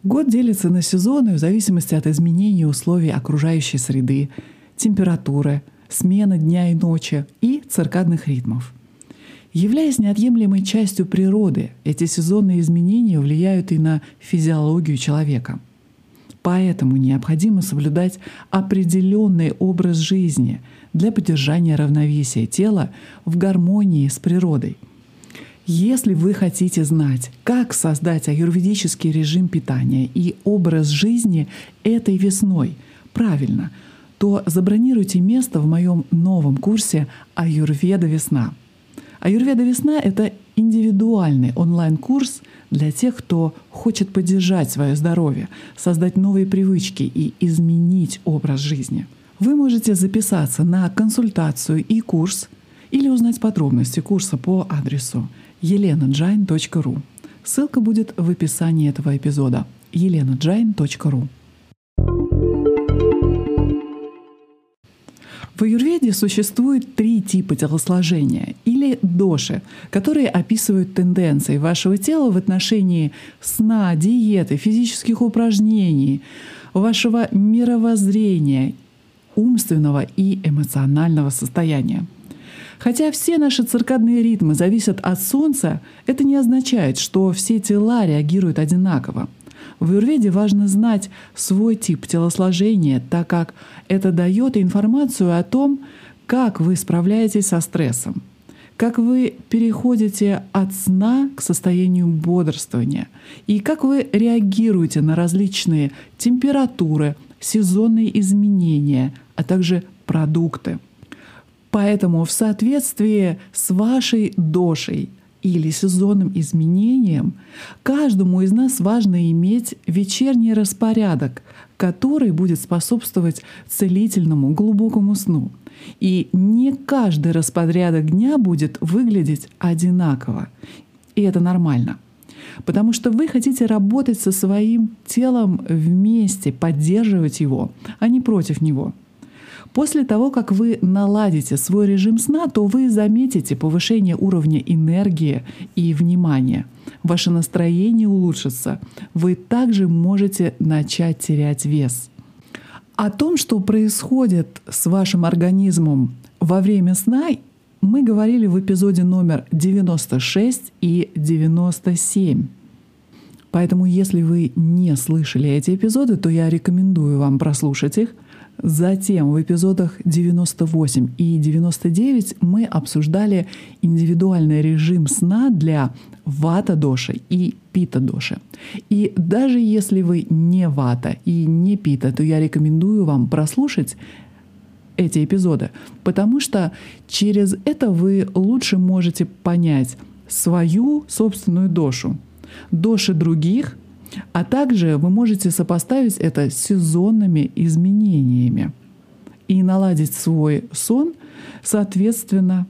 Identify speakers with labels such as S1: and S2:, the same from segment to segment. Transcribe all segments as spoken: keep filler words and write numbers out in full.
S1: Год делится на сезоны в зависимости от изменений условий окружающей среды, температуры, смены дня и ночи и циркадных ритмов. Являясь неотъемлемой частью природы, эти сезонные изменения влияют и на физиологию человека. Поэтому необходимо соблюдать определенный образ жизни для поддержания равновесия тела в гармонии с природой. Если вы хотите знать, как создать аюрведический режим питания и образ жизни этой весной правильно, то забронируйте место в моем новом курсе «Аюрведа весна». «Аюрведа весна» — это индивидуальный онлайн-курс для тех, кто хочет поддержать свое здоровье, создать новые привычки и изменить образ жизни. Вы можете записаться на консультацию и курс или узнать подробности курса по адресу елена джайн точка ру. Ссылка будет в описании этого эпизода. елена джайн точка ру. В аюрведе существует три типа телосложения или доши, которые описывают тенденции вашего тела в отношении сна, диеты, физических упражнений, вашего мировоззрения, умственного и эмоционального состояния. Хотя все наши циркадные ритмы зависят от Солнца, это не означает, что все тела реагируют одинаково. В аюрведе важно знать свой тип телосложения, так как это дает информацию о том, как вы справляетесь со стрессом, как вы переходите от сна к состоянию бодрствования и как вы реагируете на различные температуры, сезонные изменения, а также продукты. Поэтому в соответствии с вашей дошей или сезонным изменением каждому из нас важно иметь вечерний распорядок, который будет способствовать целительному глубокому сну. И не каждый распорядок дня будет выглядеть одинаково. И это нормально. Потому что вы хотите работать со своим телом вместе, поддерживать его, а не против него. После того, как вы наладите свой режим сна, то вы заметите повышение уровня энергии и внимания. Ваше настроение улучшится. Вы также можете начать терять вес. О том, что происходит с вашим организмом во время сна, мы говорили в эпизоде номер девяносто шесть и девяносто семь. Поэтому, если вы не слышали эти эпизоды, то я рекомендую вам прослушать их. Затем в эпизодах девяносто восемь и девяносто девять мы обсуждали индивидуальный режим сна для вата-доши и пита-доши. И даже если вы не вата и не пита, то я рекомендую вам прослушать эти эпизоды, потому что через это вы лучше можете понять свою собственную дошу, доши других, а также вы можете сопоставить это с сезонными изменениями и наладить свой сон соответственно.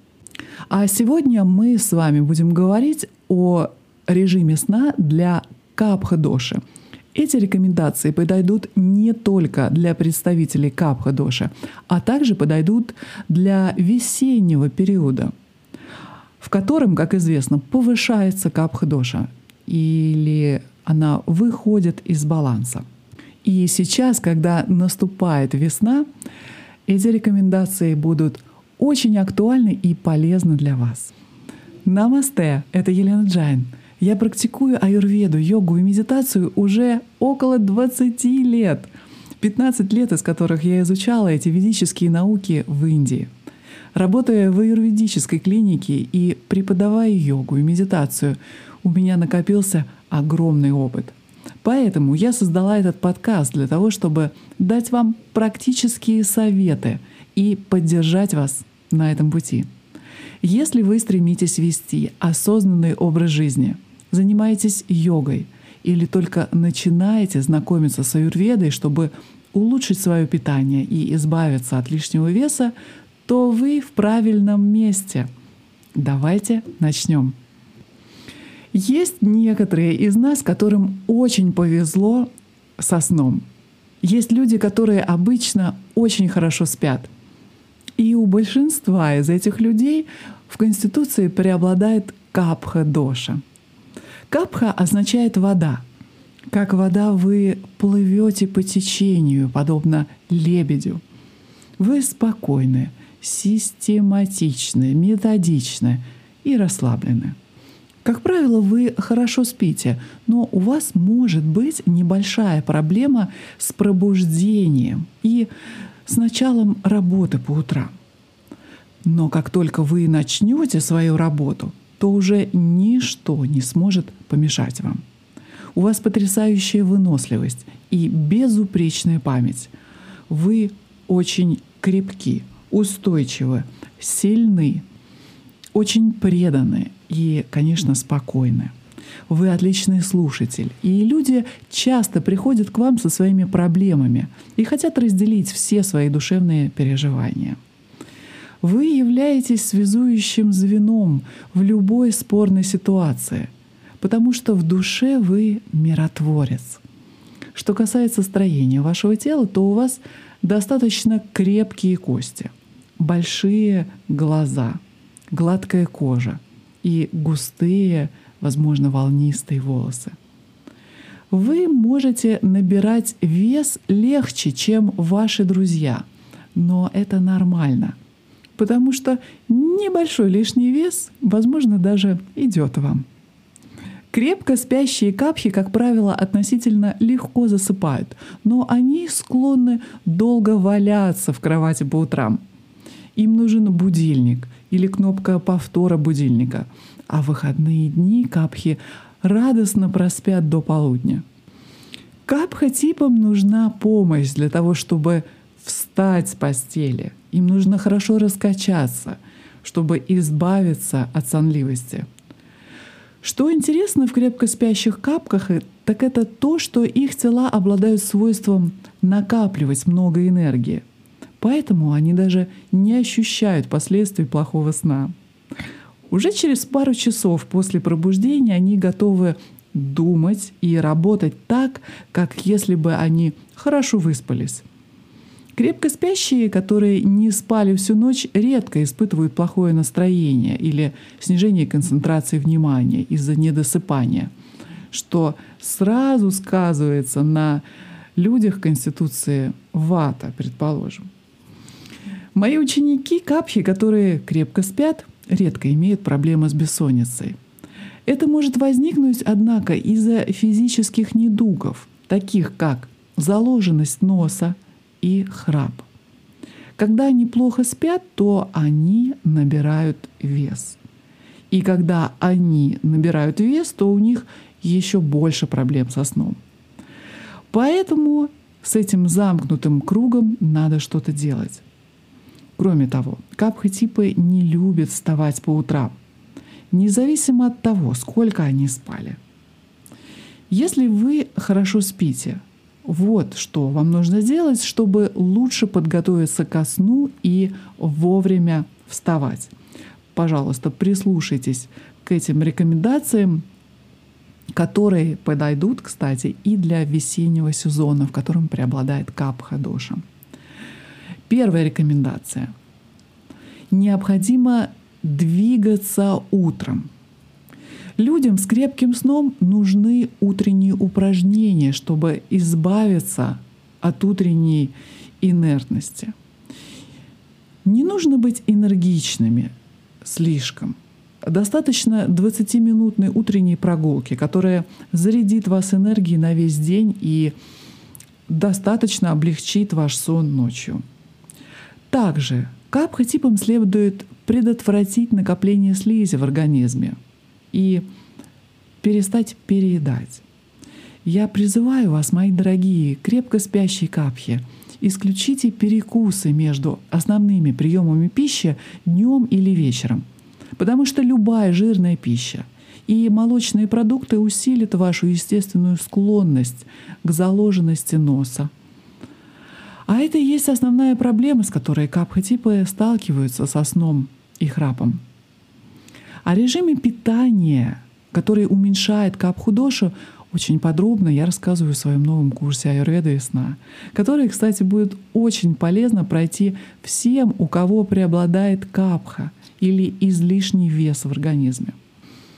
S1: А сегодня мы с вами будем говорить о режиме сна для капха-доши. Эти рекомендации подойдут не только для представителей капха-доши, а также подойдут для весеннего периода, в котором, как известно, повышается капха-доша или она выходит из баланса. И сейчас, когда наступает весна, эти рекомендации будут очень актуальны и полезны для вас. Намасте, это Елена Джайн. Я практикую аюрведу, йогу и медитацию уже около двадцати лет, пятнадцать лет из которых я изучала эти ведические науки в Индии. Работая в аюрведической клинике и преподавая йогу и медитацию, у меня накопился огромный опыт. Поэтому я создала этот подкаст для того, чтобы дать вам практические советы и поддержать вас на этом пути. Если вы стремитесь вести осознанный образ жизни, занимаетесь йогой или только начинаете знакомиться с аюрведой, чтобы улучшить свое питание и избавиться от лишнего веса, то вы в правильном месте. Давайте начнем. Есть некоторые из нас, которым очень повезло со сном. Есть люди, которые обычно очень хорошо спят. И у большинства из этих людей в Конституции преобладает капха-доша. Капха означает вода. Как вода вы плывете по течению, подобно лебедю. Вы спокойны, систематичны, методичны и расслаблены. Как правило, вы хорошо спите, но у вас может быть небольшая проблема с пробуждением и с началом работы по утрам. Но как только вы начнете свою работу, то уже ничто не сможет помешать вам. У вас потрясающая выносливость и безупречная память. Вы очень крепки, устойчивы, сильны, очень преданы и, конечно, спокойны. Вы отличный слушатель, и люди часто приходят к вам со своими проблемами и хотят разделить все свои душевные переживания. Вы являетесь связующим звеном в любой спорной ситуации, потому что в душе вы миротворец. Что касается строения вашего тела, то у вас достаточно крепкие кости, большие глаза, гладкая кожа и густые, возможно, волнистые волосы. Вы можете набирать вес легче, чем ваши друзья, но это нормально, потому что небольшой лишний вес, возможно, даже идет вам. Крепко спящие капхи, как правило, относительно легко засыпают, но они склонны долго валяться в кровати по утрам. Им нужен будильник или кнопка повтора будильника, а в выходные дни капхи радостно проспят до полудня. Капха-типам нужна помощь для того, чтобы встать с постели. Им нужно хорошо раскачаться, чтобы избавиться от сонливости. Что интересно в крепко спящих капках, так это то, что их тела обладают свойством накапливать много энергии. Поэтому они даже не ощущают последствий плохого сна. Уже через пару часов после пробуждения они готовы думать и работать так, как если бы они хорошо выспались. Крепко спящие, которые не спали всю ночь, редко испытывают плохое настроение или снижение концентрации внимания из-за недосыпания, что сразу сказывается на людях конституции вата, предположим. Мои ученики капхи, которые крепко спят, редко имеют проблемы с бессонницей. Это может возникнуть, однако, из-за физических недугов, таких как заложенность носа и храп. Когда они плохо спят, то они набирают вес. И когда они набирают вес, то у них еще больше проблем со сном. Поэтому с этим замкнутым кругом надо что-то делать. Кроме того, капха-типы не любят вставать по утрам, независимо от того, сколько они спали. Если вы хорошо спите, вот что вам нужно сделать, чтобы лучше подготовиться ко сну и вовремя вставать. Пожалуйста, прислушайтесь к этим рекомендациям, которые подойдут, кстати, и для весеннего сезона, в котором преобладает капха-доша. Первая рекомендация. Необходимо двигаться утром. Людям с крепким сном нужны утренние упражнения, чтобы избавиться от утренней инертности. Не нужно быть энергичными слишком. Достаточно двадцатиминутной утренней прогулки, которая зарядит вас энергией на весь день и достаточно облегчит ваш сон ночью. Также капха-типам следует предотвратить накопление слизи в организме и перестать переедать. Я призываю вас, мои дорогие, крепко спящие капхи, исключите перекусы между основными приемами пищи днем или вечером, потому что любая жирная пища и молочные продукты усилят вашу естественную склонность к заложенности носа. А это и есть основная проблема, с которой капха-типы сталкиваются со сном и храпом. О режиме питания, который уменьшает капху-дошу, очень подробно я рассказываю в своем новом курсе аюрведа и сна, который, кстати, будет очень полезно пройти всем, у кого преобладает капха или излишний вес в организме.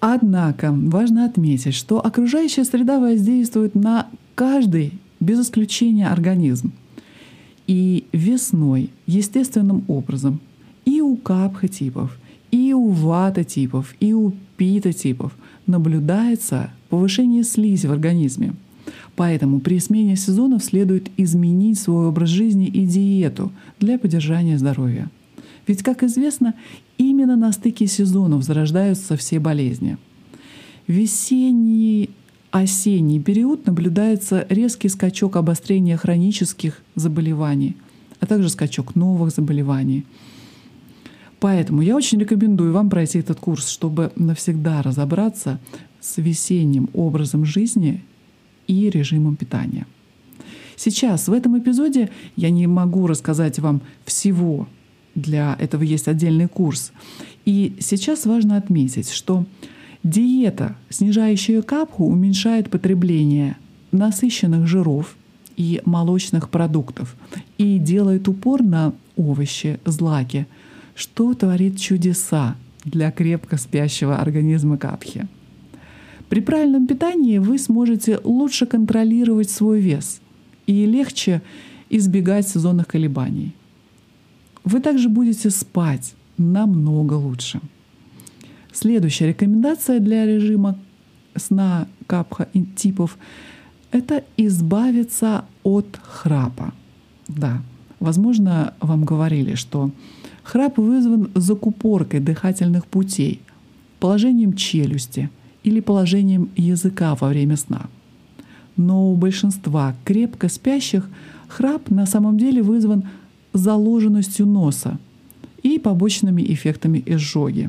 S1: Однако важно отметить, что окружающая среда воздействует на каждый, без исключения, организм. И весной естественным образом и у капха-типов, и у вата-типов, и у пита-типов наблюдается повышение слизи в организме. Поэтому при смене сезонов следует изменить свой образ жизни и диету для поддержания здоровья. Ведь, как известно, именно на стыке сезонов зарождаются все болезни. В весенний, осенний период наблюдается резкий скачок обострения хронических заболеваний, а также скачок новых заболеваний. Поэтому я очень рекомендую вам пройти этот курс, чтобы навсегда разобраться с весенним образом жизни и режимом питания. Сейчас, в этом эпизоде, я не могу рассказать вам всего. Для этого есть отдельный курс. И сейчас важно отметить, что диета, снижающая капху, уменьшает потребление насыщенных жиров и молочных продуктов и делает упор на овощи, злаки, что творит чудеса для крепко спящего организма капхи. При правильном питании вы сможете лучше контролировать свой вес и легче избегать сезонных колебаний. Вы также будете спать намного лучше. Следующая рекомендация для режима сна капха и типов — это избавиться от храпа. Да, возможно, вам говорили, что храп вызван закупоркой дыхательных путей, положением челюсти или положением языка во время сна. Но у большинства крепко спящих храп на самом деле вызван заложенностью носа и побочными эффектами изжоги.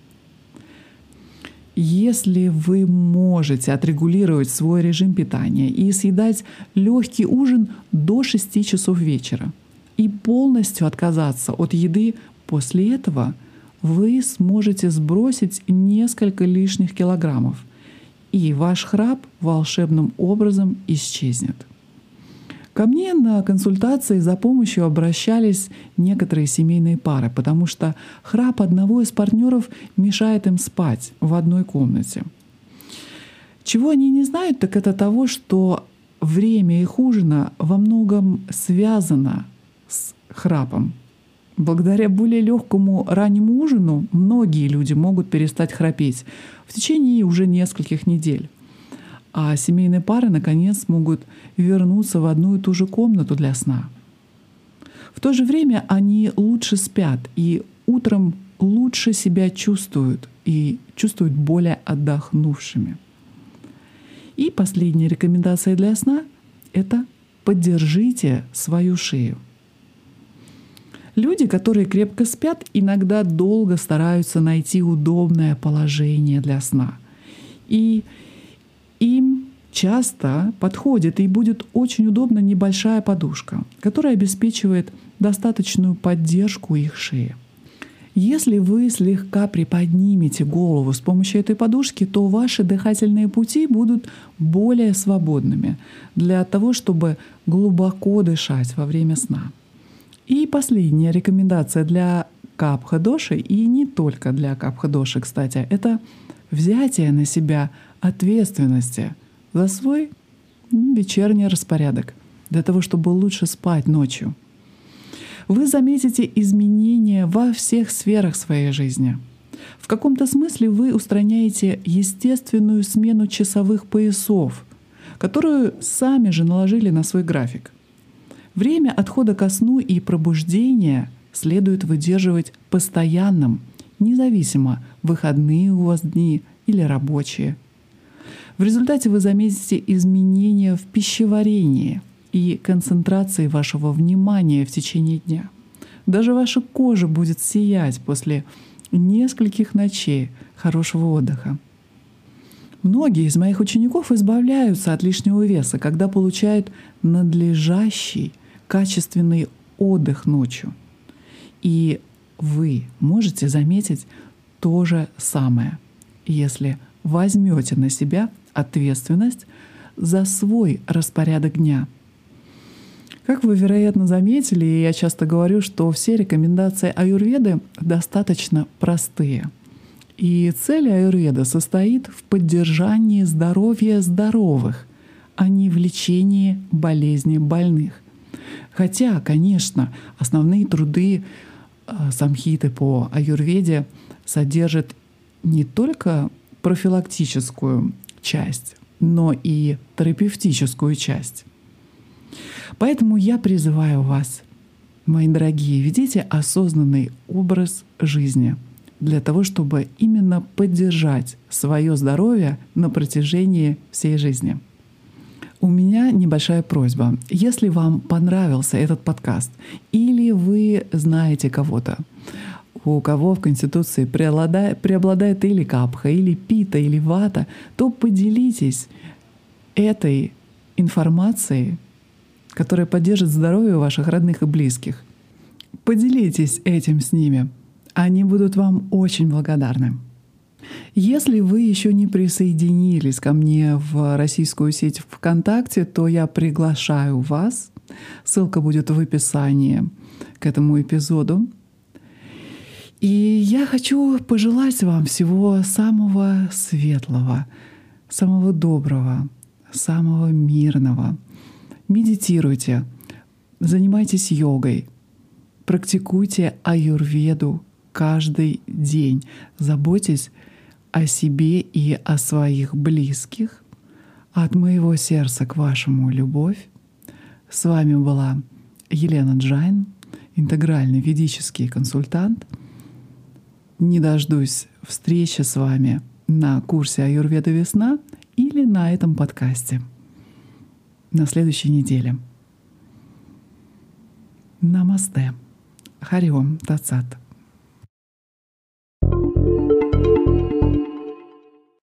S1: Если вы можете отрегулировать свой режим питания и съедать легкий ужин до шести часов вечера и полностью отказаться от еды после этого, вы сможете сбросить несколько лишних килограммов, и ваш храп волшебным образом исчезнет. Ко мне на консультации за помощью обращались некоторые семейные пары, потому что храп одного из партнеров мешает им спать в одной комнате. Чего они не знают, так это того, что время их ужина во многом связано с храпом. Благодаря более легкому раннему ужину многие люди могут перестать храпеть в течение уже нескольких недель. А семейные пары, наконец, могут вернуться в одну и ту же комнату для сна. В то же время они лучше спят и утром лучше себя чувствуют и чувствуют более отдохнувшими. И последняя рекомендация для сна — это поддержите свою шею. Люди, которые крепко спят, иногда долго стараются найти удобное положение для сна. И им часто подходит и будет очень удобна небольшая подушка, которая обеспечивает достаточную поддержку их шеи. Если вы слегка приподнимете голову с помощью этой подушки, то ваши дыхательные пути будут более свободными для того, чтобы глубоко дышать во время сна. И последняя рекомендация для капха-доши, и не только для капха-доши, кстати, это взятие на себя ответственности за свой вечерний распорядок, для того, чтобы лучше спать ночью. Вы заметите изменения во всех сферах своей жизни. В каком-то смысле вы устраняете естественную смену часовых поясов, которую сами же наложили на свой график. Время отхода ко сну и пробуждения следует выдерживать постоянным, независимо, выходные у вас дни или рабочие. В результате вы заметите изменения в пищеварении и концентрации вашего внимания в течение дня. Даже ваша кожа будет сиять после нескольких ночей хорошего отдыха. Многие из моих учеников избавляются от лишнего веса, когда получают надлежащий, качественный отдых ночью. И вы можете заметить то же самое, если возьмете на себя ответственность за свой распорядок дня. Как вы, вероятно, заметили, и я часто говорю, что все рекомендации аюрведы достаточно простые. И цель аюрведы состоит в поддержании здоровья здоровых, а не в лечении болезней больных. Хотя, конечно, основные труды самхиты по аюрведе содержат не только профилактическую часть, но и терапевтическую часть. Поэтому я призываю вас, мои дорогие, ведите осознанный образ жизни для того, чтобы именно поддержать свое здоровье на протяжении всей жизни. У меня небольшая просьба. Если вам понравился этот подкаст, или вы знаете кого-то, у кого в Конституции преобладает, преобладает или капха, или пита, или вата, то поделитесь этой информацией, которая поддержит здоровье ваших родных и близких. Поделитесь этим с ними. Они будут вам очень благодарны. Если вы еще не присоединились ко мне в российскую сеть ВКонтакте, то я приглашаю вас. Ссылка будет в описании к этому эпизоду. И я хочу пожелать вам всего самого светлого, самого доброго, самого мирного. Медитируйте, занимайтесь йогой, практикуйте аюрведу каждый день. Заботьтесь о себе и о своих близких. От моего сердца к вашему любовь. С вами была Елена Джайн, интегральный ведический консультант. Не дождусь встречи с вами на курсе «Аюрведа весна» или на этом подкасте на следующей неделе. Намасте. Хари Ом Тат Сат.